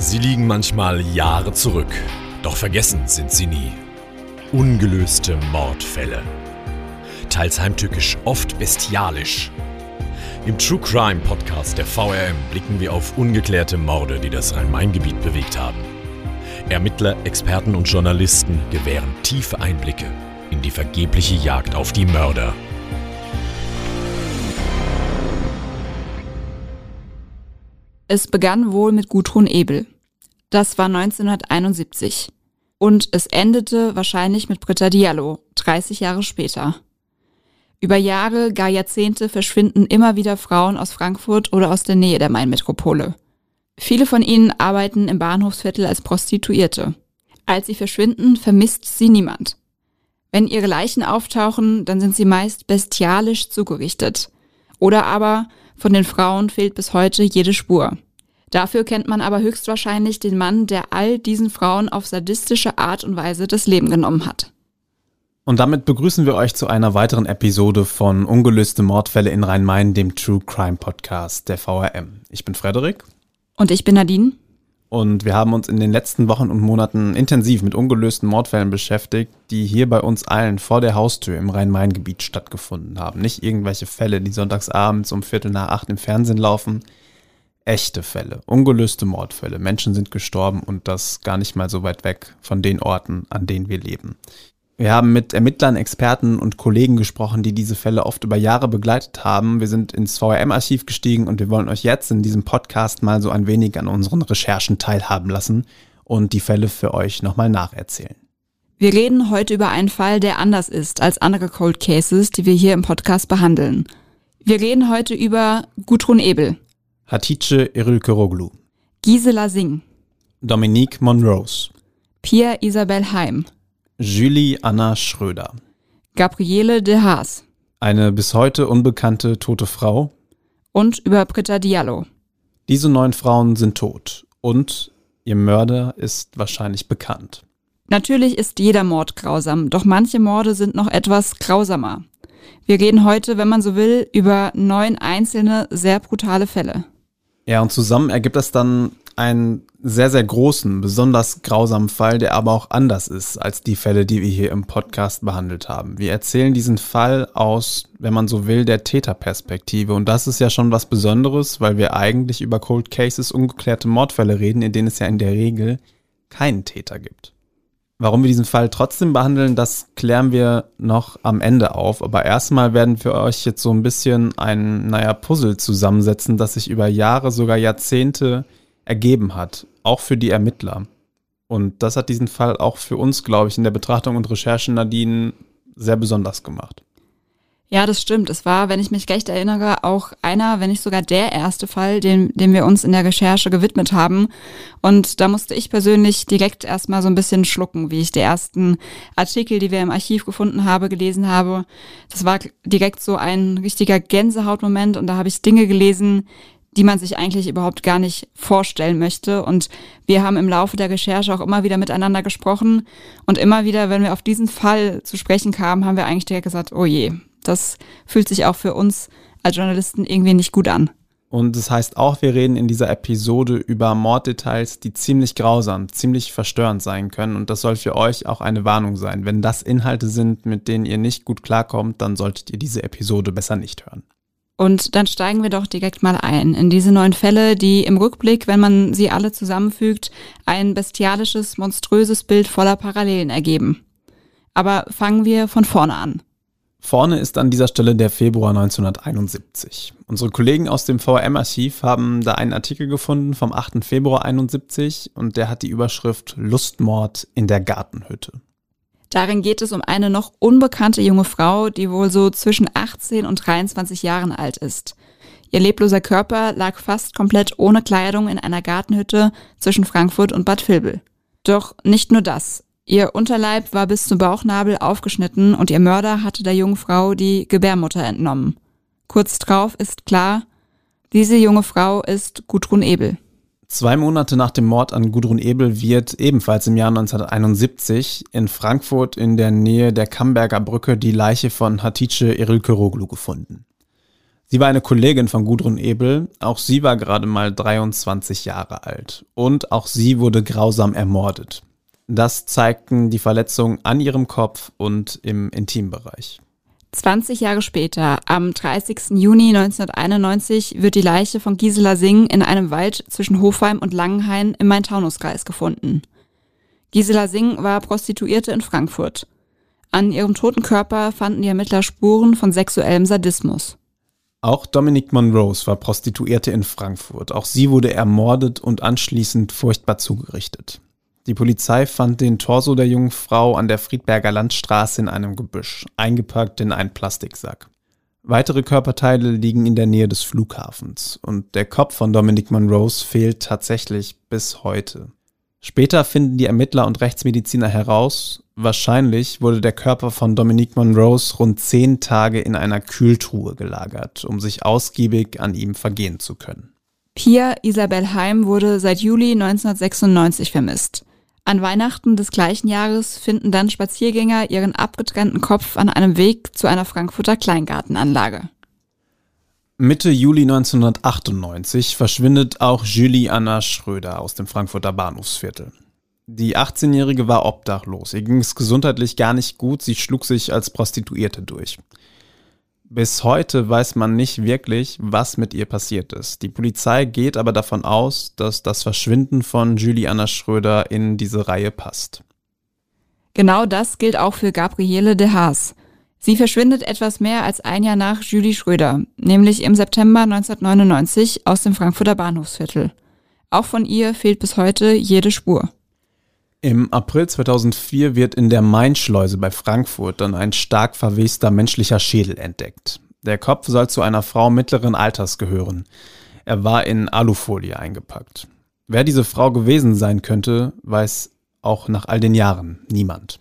Sie liegen manchmal Jahre zurück, doch vergessen sind sie nie. Ungelöste Mordfälle. Teils heimtückisch, oft bestialisch. Im True Crime Podcast der VRM blicken wir auf ungeklärte Morde, die das Rhein-Main-Gebiet bewegt haben. Ermittler, Experten und Journalisten gewähren tiefe Einblicke in die vergebliche Jagd auf die Mörder. Es begann wohl mit Gudrun Ebel. Das war 1971. Und es endete wahrscheinlich mit Britta Diallo, 30 Jahre später. Über Jahre, gar Jahrzehnte verschwinden immer wieder Frauen aus Frankfurt oder aus der Nähe der Main-Metropole. Viele von ihnen arbeiten im Bahnhofsviertel als Prostituierte. Als sie verschwinden, vermisst sie niemand. Wenn ihre Leichen auftauchen, dann sind sie meist bestialisch zugerichtet. Oder aber von den Frauen fehlt bis heute jede Spur. Dafür kennt man aber höchstwahrscheinlich den Mann, der all diesen Frauen auf sadistische Art und Weise das Leben genommen hat. Und damit begrüßen wir euch zu einer weiteren Episode von Ungelöste Mordfälle in Rhein-Main, dem True Crime Podcast der VRM. Ich bin Frederik. Und ich bin Nadine. Und wir haben uns in den letzten Wochen und Monaten intensiv mit ungelösten Mordfällen beschäftigt, die hier bei uns allen vor der Haustür im Rhein-Main-Gebiet stattgefunden haben. Nicht irgendwelche Fälle, die sonntagsabends um 7:45 im Fernsehen laufen. Echte Fälle, ungelöste Mordfälle. Menschen sind gestorben und das gar nicht mal so weit weg von den Orten, an denen wir leben. Wir haben mit Ermittlern, Experten und Kollegen gesprochen, die diese Fälle oft über Jahre begleitet haben. Wir sind ins VRM-Archiv gestiegen und wir wollen euch jetzt in diesem Podcast mal so ein wenig an unseren Recherchen teilhaben lassen und die Fälle für euch nochmal nacherzählen. Wir reden heute über einen Fall, der anders ist als andere Cold Cases, die wir hier im Podcast behandeln. Wir reden heute über Gudrun Ebel, Hatice Erülküroglu, Gisela Singh, Dominique Monrose, Pia Isabel Heim, Julie Anna Schröder, Gabriele de Haas, eine bis heute unbekannte tote Frau und über Britta Diallo. Diese 9 Frauen sind tot und ihr Mörder ist wahrscheinlich bekannt. Natürlich ist jeder Mord grausam, doch manche Morde sind noch etwas grausamer. Wir reden heute, wenn man so will, über 9 einzelne, sehr brutale Fälle. Ja, und zusammen ergibt das dann einen sehr, sehr großen, besonders grausamen Fall, der aber auch anders ist als die Fälle, die wir hier im Podcast behandelt haben. Wir erzählen diesen Fall aus, wenn man so will, der Täterperspektive. Und das ist ja schon was Besonderes, weil wir eigentlich über Cold Cases, ungeklärte Mordfälle reden, in denen es ja in der Regel keinen Täter gibt. Warum wir diesen Fall trotzdem behandeln, das klären wir noch am Ende auf. Aber erstmal werden wir euch jetzt so ein bisschen ein, Puzzle zusammensetzen, das sich über Jahre, sogar Jahrzehnte ergeben hat. Auch für die Ermittler. Und das hat diesen Fall auch für uns, glaube ich, in der Betrachtung und Recherche, Nadine, sehr besonders gemacht. Ja, das stimmt. Es war, wenn ich mich recht erinnere, auch einer, wenn nicht sogar der erste Fall, dem wir uns in der Recherche gewidmet haben. Und da musste ich persönlich direkt erstmal so ein bisschen schlucken, wie ich die ersten Artikel, die wir im Archiv gefunden habe, gelesen habe. Das war direkt so ein richtiger Gänsehautmoment und da habe ich Dinge gelesen, die man sich eigentlich überhaupt gar nicht vorstellen möchte. Und wir haben im Laufe der Recherche auch immer wieder miteinander gesprochen. Und immer wieder, wenn wir auf diesen Fall zu sprechen kamen, haben wir eigentlich direkt gesagt, oh je, das fühlt sich auch für uns als Journalisten irgendwie nicht gut an. Und das heißt auch, wir reden in dieser Episode über Morddetails, die ziemlich grausam, ziemlich verstörend sein können. Und das soll für euch auch eine Warnung sein. Wenn das Inhalte sind, mit denen ihr nicht gut klarkommt, dann solltet ihr diese Episode besser nicht hören. Und dann steigen wir doch direkt mal ein in diese 9 Fälle, die im Rückblick, wenn man sie alle zusammenfügt, ein bestialisches, monströses Bild voller Parallelen ergeben. Aber fangen wir von vorne an. Vorne ist an dieser Stelle der Februar 1971. Unsere Kollegen aus dem VRM-Archiv haben da einen Artikel gefunden vom 8. Februar 1971 und der hat die Überschrift Lustmord in der Gartenhütte. Darin geht es um eine noch unbekannte junge Frau, die wohl so zwischen 18 und 23 Jahren alt ist. Ihr lebloser Körper lag fast komplett ohne Kleidung in einer Gartenhütte zwischen Frankfurt und Bad Vilbel. Doch nicht nur das. Ihr Unterleib war bis zum Bauchnabel aufgeschnitten und ihr Mörder hatte der jungen Frau die Gebärmutter entnommen. Kurz drauf ist klar, diese junge Frau ist Gudrun Ebel. 2 Monate nach dem Mord an Gudrun Ebel wird ebenfalls im Jahr 1971 in Frankfurt in der Nähe der Camberger Brücke die Leiche von Hatice Erülküroglu gefunden. Sie war eine Kollegin von Gudrun Ebel, auch sie war gerade mal 23 Jahre alt und auch sie wurde grausam ermordet. Das zeigten die Verletzungen an ihrem Kopf und im Intimbereich. 20 Jahre später, am 30. Juni 1991, wird die Leiche von Gisela Singh in einem Wald zwischen Hofheim und Langenhain im Main-Taunus-Kreis gefunden. Gisela Singh war Prostituierte in Frankfurt. An ihrem toten Körper fanden die Ermittler Spuren von sexuellem Sadismus. Auch Dominique Monrose war Prostituierte in Frankfurt. Auch sie wurde ermordet und anschließend furchtbar zugerichtet. Die Polizei fand den Torso der jungen Frau an der Friedberger Landstraße in einem Gebüsch, eingepackt in einen Plastiksack. Weitere Körperteile liegen in der Nähe des Flughafens und der Kopf von Dominique Monrose fehlt tatsächlich bis heute. Später finden die Ermittler und Rechtsmediziner heraus, wahrscheinlich wurde der Körper von Dominique Monrose rund 10 Tage in einer Kühltruhe gelagert, um sich ausgiebig an ihm vergehen zu können. Pia Isabel Heim wurde seit Juli 1996 vermisst. An Weihnachten des gleichen Jahres finden dann Spaziergänger ihren abgetrennten Kopf an einem Weg zu einer Frankfurter Kleingartenanlage. Mitte Juli 1998 verschwindet auch Julie Anna Schröder aus dem Frankfurter Bahnhofsviertel. Die 18-Jährige war obdachlos, ihr ging es gesundheitlich gar nicht gut, sie schlug sich als Prostituierte durch. Bis heute weiß man nicht wirklich, was mit ihr passiert ist. Die Polizei geht aber davon aus, dass das Verschwinden von Julie Anna Schröder in diese Reihe passt. Genau das gilt auch für Gabriele de Haas. Sie verschwindet etwas mehr als ein Jahr nach Julie Schröder, nämlich im September 1999 aus dem Frankfurter Bahnhofsviertel. Auch von ihr fehlt bis heute jede Spur. Im April 2004 wird in der Mainschleuse bei Frankfurt dann ein stark verwester menschlicher Schädel entdeckt. Der Kopf soll zu einer Frau mittleren Alters gehören. Er war in Alufolie eingepackt. Wer diese Frau gewesen sein könnte, weiß auch nach all den Jahren niemand.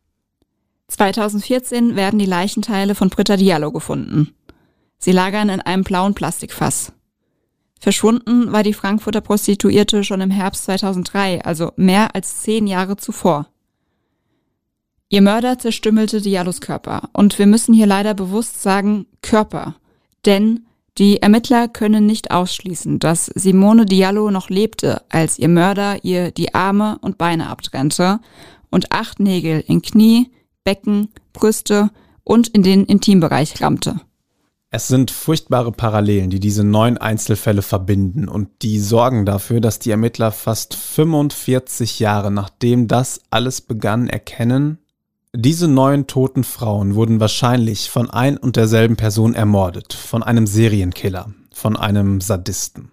2014 werden die Leichenteile von Britta Diallo gefunden. Sie lagern in einem blauen Plastikfass. Verschwunden war die Frankfurter Prostituierte schon im Herbst 2003, also mehr als 10 Jahre zuvor. Ihr Mörder zerstümmelte Diallos Körper. Und wir müssen hier leider bewusst sagen, Körper. Denn die Ermittler können nicht ausschließen, dass Simone Diallo noch lebte, als ihr Mörder ihr die Arme und Beine abtrennte und 8 Nägel in Knie, Becken, Brüste und in den Intimbereich rammte. Es sind furchtbare Parallelen, die diese 9 Einzelfälle verbinden und die sorgen dafür, dass die Ermittler fast 45 Jahre nachdem das alles begann erkennen, diese 9 toten Frauen wurden wahrscheinlich von ein und derselben Person ermordet, von einem Serienkiller, von einem Sadisten.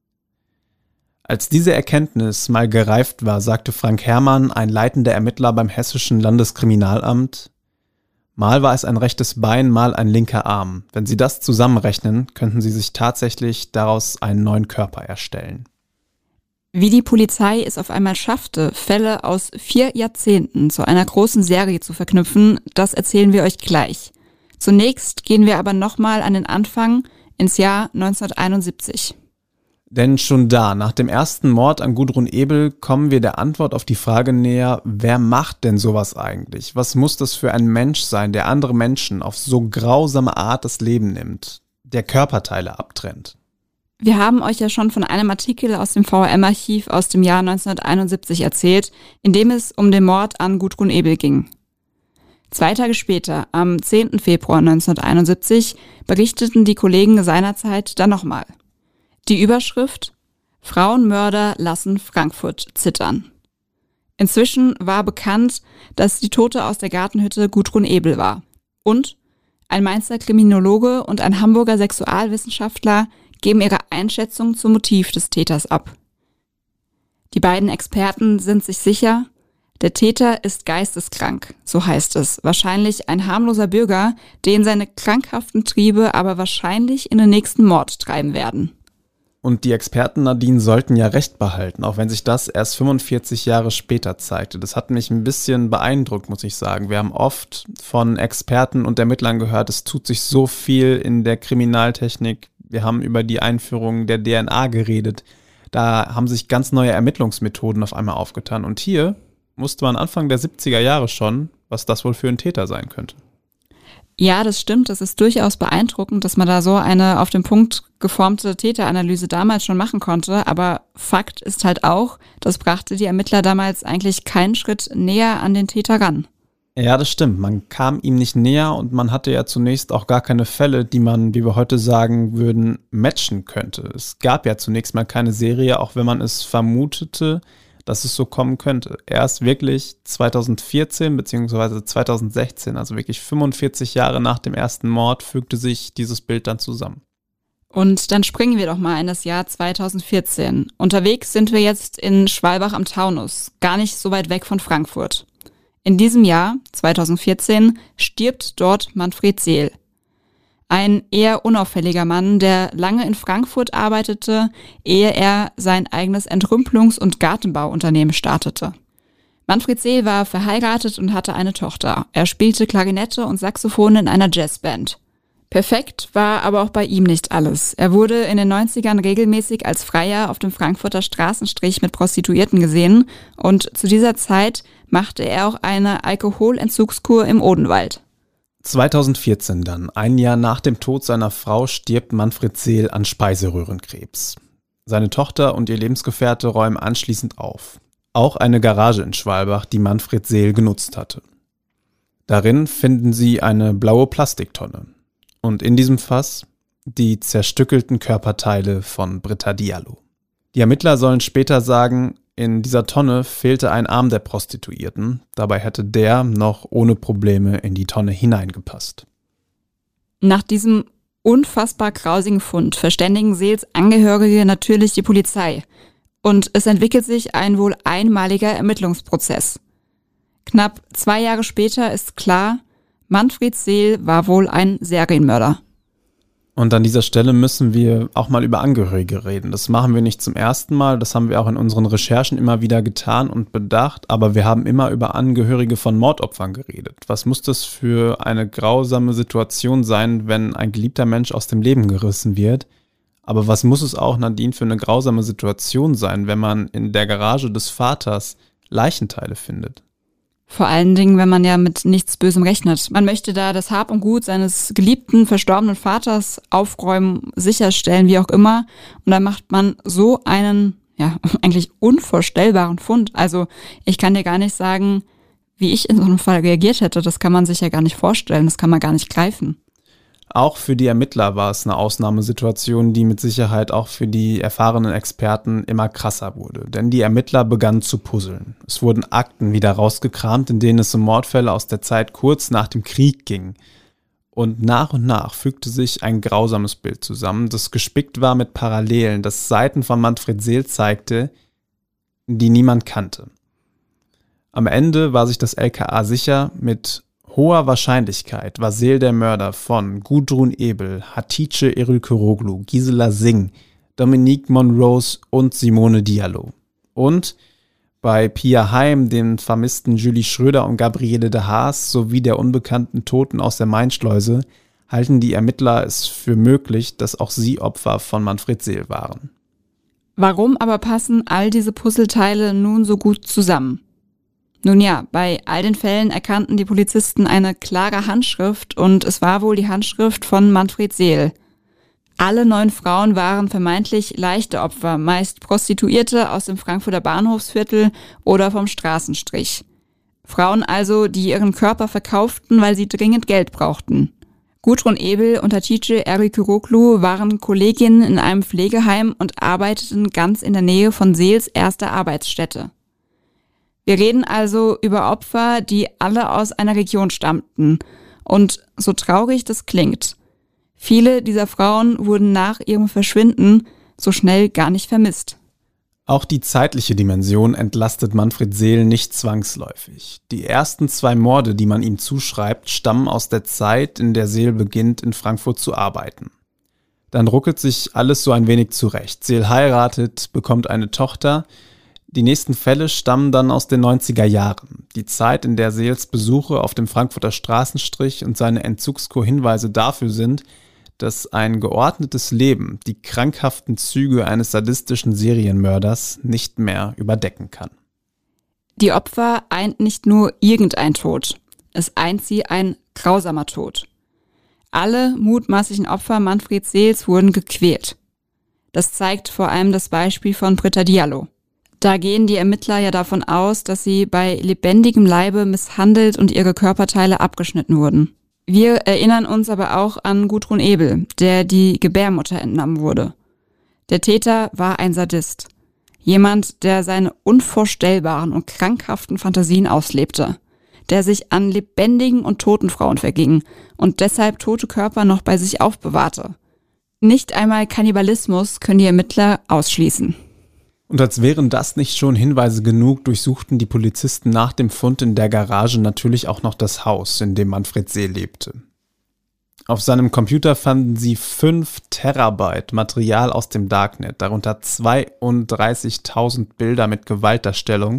Als diese Erkenntnis mal gereift war, sagte Frank Herrmann, ein leitender Ermittler beim Hessischen Landeskriminalamt: Mal war es ein rechtes Bein, mal ein linker Arm. Wenn Sie das zusammenrechnen, könnten Sie sich tatsächlich daraus einen neuen Körper erstellen. Wie die Polizei es auf einmal schaffte, Fälle aus 4 Jahrzehnten zu einer großen Serie zu verknüpfen, das erzählen wir euch gleich. Zunächst gehen wir aber nochmal an den Anfang, ins Jahr 1971. Denn schon da, nach dem ersten Mord an Gudrun Ebel, kommen wir der Antwort auf die Frage näher, wer macht denn sowas eigentlich? Was muss das für ein Mensch sein, der andere Menschen auf so grausame Art das Leben nimmt, der Körperteile abtrennt? Wir haben euch ja schon von einem Artikel aus dem VRM-Archiv aus dem Jahr 1971 erzählt, in dem es um den Mord an Gudrun Ebel ging. 2 Tage später, am 10. Februar 1971, berichteten die Kollegen seinerzeit dann nochmal. Die Überschrift: Frauenmörder lassen Frankfurt zittern. Inzwischen war bekannt, dass die Tote aus der Gartenhütte Gudrun Ebel war. Und ein Mainzer Kriminologe und ein Hamburger Sexualwissenschaftler geben ihre Einschätzung zum Motiv des Täters ab. Die beiden Experten sind sich sicher, der Täter ist geisteskrank, so heißt es. Wahrscheinlich ein harmloser Bürger, den seine krankhaften Triebe aber wahrscheinlich in den nächsten Mord treiben werden. Und die Experten, Nadine, sollten ja recht behalten, auch wenn sich das erst 45 Jahre später zeigte. Das hat mich ein bisschen beeindruckt, muss ich sagen. Wir haben oft von Experten und Ermittlern gehört, es tut sich so viel in der Kriminaltechnik. Wir haben über die Einführung der DNA geredet. Da haben sich ganz neue Ermittlungsmethoden auf einmal aufgetan. Und hier wusste man Anfang der 70er Jahre schon, was das wohl für ein Täter sein könnte. Ja, das stimmt. Das ist durchaus beeindruckend, dass man da so eine auf den Punkt geformte Täteranalyse damals schon machen konnte. Aber Fakt ist halt auch, das brachte die Ermittler damals eigentlich keinen Schritt näher an den Täter ran. Ja, das stimmt. Man kam ihm nicht näher und man hatte ja zunächst auch gar keine Fälle, die man, wie wir heute sagen würden, matchen könnte. Es gab ja zunächst mal keine Serie, auch wenn man es vermutete, dass es so kommen könnte. Erst wirklich 2014 bzw. 2016, also wirklich 45 Jahre nach dem ersten Mord, fügte sich dieses Bild dann zusammen. Und dann springen wir doch mal in das Jahr 2014. Unterwegs sind wir jetzt in Schwalbach am Taunus, gar nicht so weit weg von Frankfurt. In diesem Jahr, 2014, stirbt dort Manfred Seel. Ein eher unauffälliger Mann, der lange in Frankfurt arbeitete, ehe er sein eigenes Entrümpelungs- und Gartenbauunternehmen startete. Manfred Seel war verheiratet und hatte eine Tochter. Er spielte Klarinette und Saxophon in einer Jazzband. Perfekt war aber auch bei ihm nicht alles. Er wurde in den 90ern regelmäßig als Freier auf dem Frankfurter Straßenstrich mit Prostituierten gesehen und zu dieser Zeit machte er auch eine Alkoholentzugskur im Odenwald. 2014 dann, ein Jahr nach dem Tod seiner Frau, stirbt Manfred Seel an Speiseröhrenkrebs. Seine Tochter und ihr Lebensgefährte räumen anschließend auf. Auch eine Garage in Schwalbach, die Manfred Seel genutzt hatte. Darin finden sie eine blaue Plastiktonne. Und in diesem Fass die zerstückelten Körperteile von Britta Diallo. Die Ermittler sollen später sagen, in dieser Tonne fehlte ein Arm der Prostituierten, dabei hätte der noch ohne Probleme in die Tonne hineingepasst. Nach diesem unfassbar grausigen Fund verständigen Seels Angehörige natürlich die Polizei. Und es entwickelt sich ein wohl einmaliger Ermittlungsprozess. Knapp 2 Jahre später ist klar, Manfred Seel war wohl ein Serienmörder. Und an dieser Stelle müssen wir auch mal über Angehörige reden. Das machen wir nicht zum ersten Mal, das haben wir auch in unseren Recherchen immer wieder getan und bedacht, aber wir haben immer über Angehörige von Mordopfern geredet. Was muss das für eine grausame Situation sein, wenn ein geliebter Mensch aus dem Leben gerissen wird? Aber was muss es auch, Nadine, für eine grausame Situation sein, wenn man in der Garage des Vaters Leichenteile findet? Vor allen Dingen, wenn man ja mit nichts Bösem rechnet. Man möchte da das Hab und Gut seines geliebten, verstorbenen Vaters aufräumen, sicherstellen, wie auch immer. Und dann macht man so einen, ja, eigentlich unvorstellbaren Fund. Also ich kann dir gar nicht sagen, wie ich in so einem Fall reagiert hätte. Das kann man sich ja gar nicht vorstellen, das kann man gar nicht greifen. Auch für die Ermittler war es eine Ausnahmesituation, die mit Sicherheit auch für die erfahrenen Experten immer krasser wurde. Denn die Ermittler begannen zu puzzeln. Es wurden Akten wieder rausgekramt, in denen es um Mordfälle aus der Zeit kurz nach dem Krieg ging. Und nach fügte sich ein grausames Bild zusammen, das gespickt war mit Parallelen, das Seiten von Manfred Seel zeigte, die niemand kannte. Am Ende war sich das LKA sicher, mit hoher Wahrscheinlichkeit war Seel der Mörder von Gudrun Ebel, Hatice Erülküroglu, Gisela Singh, Dominique Monrose und Simone Diallo. Und bei Pia Heim, den vermissten Julie Schröder und Gabriele de Haas sowie der unbekannten Toten aus der Mainschleuse halten die Ermittler es für möglich, dass auch sie Opfer von Manfred Seel waren. Warum aber passen all diese Puzzleteile nun so gut zusammen? Nun ja, bei all den Fällen erkannten die Polizisten eine klare Handschrift und es war wohl die Handschrift von Manfred Seel. Alle 9 Frauen waren vermeintlich leichte Opfer, meist Prostituierte aus dem Frankfurter Bahnhofsviertel oder vom Straßenstrich. Frauen also, die ihren Körper verkauften, weil sie dringend Geld brauchten. Gudrun Ebel und Hatice Erülküroglu waren Kolleginnen in einem Pflegeheim und arbeiteten ganz in der Nähe von Seels erster Arbeitsstätte. Wir reden also über Opfer, die alle aus einer Region stammten. Und so traurig das klingt, viele dieser Frauen wurden nach ihrem Verschwinden so schnell gar nicht vermisst. Auch die zeitliche Dimension entlastet Manfred Seel nicht zwangsläufig. Die ersten 2 Morde, die man ihm zuschreibt, stammen aus der Zeit, in der Seel beginnt, in Frankfurt zu arbeiten. Dann ruckelt sich alles so ein wenig zurecht. Seel heiratet, bekommt eine Tochter. Die nächsten Fälle stammen dann aus den 90er Jahren. Die Zeit, in der Seels Besuche auf dem Frankfurter Straßenstrich und seine Entzugskur Hinweise dafür sind, dass ein geordnetes Leben die krankhaften Züge eines sadistischen Serienmörders nicht mehr überdecken kann. Die Opfer eint nicht nur irgendein Tod, es eint sie ein grausamer Tod. Alle mutmaßlichen Opfer Manfred Seels wurden gequält. Das zeigt vor allem das Beispiel von Britta Diallo. Da gehen die Ermittler ja davon aus, dass sie bei lebendigem Leibe misshandelt und ihre Körperteile abgeschnitten wurden. Wir erinnern uns aber auch an Gudrun Ebel, der die Gebärmutter entnommen wurde. Der Täter war ein Sadist. Jemand, der seine unvorstellbaren und krankhaften Fantasien auslebte. Der sich an lebendigen und toten Frauen verging und deshalb tote Körper noch bei sich aufbewahrte. Nicht einmal Kannibalismus können die Ermittler ausschließen. Und als wären das nicht schon Hinweise genug, durchsuchten die Polizisten nach dem Fund in der Garage natürlich auch noch das Haus, in dem Manfred Seel lebte. Auf seinem Computer fanden sie 5 Terabyte Material aus dem Darknet, darunter 32.000 Bilder mit Gewaltdarstellung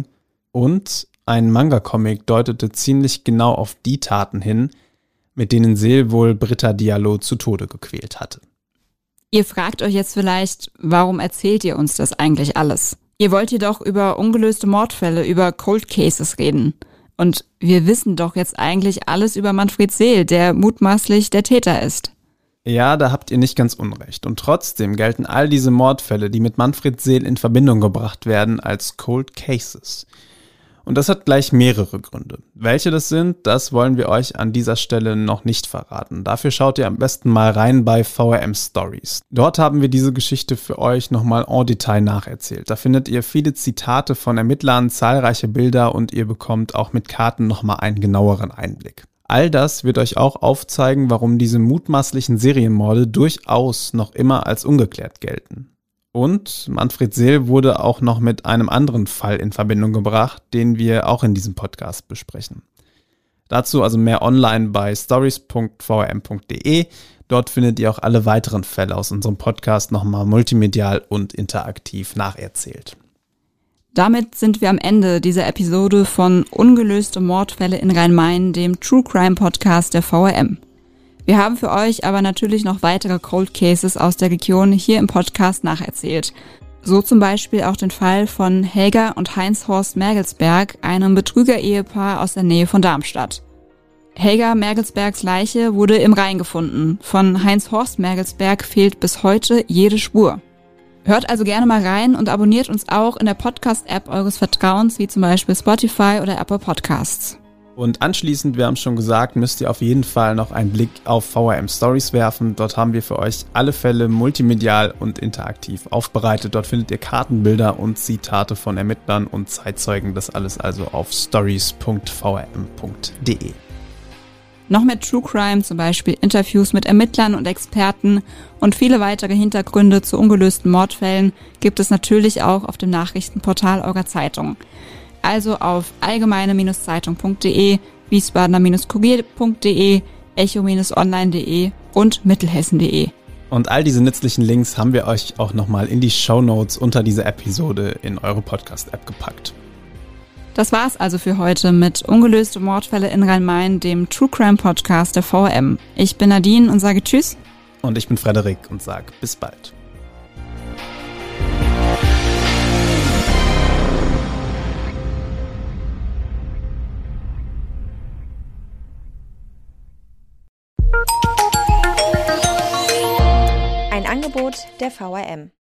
und ein Manga-Comic deutete ziemlich genau auf die Taten hin, mit denen Seel wohl Britta Diallo zu Tode gequält hatte. Ihr fragt euch jetzt vielleicht, warum erzählt ihr uns das eigentlich alles? Ihr wollt jedoch über ungelöste Mordfälle, über Cold Cases reden. Und wir wissen doch jetzt eigentlich alles über Manfred Seel, der mutmaßlich der Täter ist. Ja, da habt ihr nicht ganz unrecht. Und trotzdem gelten all diese Mordfälle, die mit Manfred Seel in Verbindung gebracht werden, als Cold Cases. Und das hat gleich mehrere Gründe. Welche das sind, das wollen wir euch an dieser Stelle noch nicht verraten. Dafür schaut ihr am besten mal rein bei VRM Stories. Dort haben wir diese Geschichte für euch nochmal en Detail nacherzählt. Da findet ihr viele Zitate von Ermittlern, zahlreiche Bilder und ihr bekommt auch mit Karten nochmal einen genaueren Einblick. All das wird euch auch aufzeigen, warum diese mutmaßlichen Serienmorde durchaus noch immer als ungeklärt gelten. Und Manfred Seel wurde auch noch mit einem anderen Fall in Verbindung gebracht, den wir auch in diesem Podcast besprechen. Dazu also mehr online bei stories.vrm.de. Dort findet ihr auch alle weiteren Fälle aus unserem Podcast nochmal multimedial und interaktiv nacherzählt. Damit sind wir am Ende dieser Episode von Ungelöste Mordfälle in Rhein-Main, dem True Crime Podcast der VRM. Wir haben für euch aber natürlich noch weitere Cold Cases aus der Region hier im Podcast nacherzählt. So zum Beispiel auch den Fall von Helga und Heinz-Horst Mergelsberg, einem Betrüger-Ehepaar aus der Nähe von Darmstadt. Helga Mergelsbergs Leiche wurde im Rhein gefunden. Von Heinz-Horst Mergelsberg fehlt bis heute jede Spur. Hört also gerne mal rein und abonniert uns auch in der Podcast-App eures Vertrauens, wie zum Beispiel Spotify oder Apple Podcasts. Und anschließend, wir haben es schon gesagt, müsst ihr auf jeden Fall noch einen Blick auf VRM Stories werfen. Dort haben wir für euch alle Fälle multimedial und interaktiv aufbereitet. Dort findet ihr Kartenbilder und Zitate von Ermittlern und Zeitzeugen. Das alles also auf stories.vrm.de. Noch mehr True Crime, zum Beispiel Interviews mit Ermittlern und Experten und viele weitere Hintergründe zu ungelösten Mordfällen gibt es natürlich auch auf dem Nachrichtenportal eurer Zeitung. Also auf allgemeine-zeitung.de, wiesbadener-kurier.de, echo-online.de und mittelhessen.de. Und all diese nützlichen Links haben wir euch auch nochmal in die Shownotes unter dieser Episode in eure Podcast-App gepackt. Das war's also für heute mit Ungelöste Mordfälle in Rhein-Main, dem True Crime Podcast der VRM. Ich bin Nadine und sage Tschüss. Und ich bin Frederik und sage bis bald. Ein Angebot der VRM.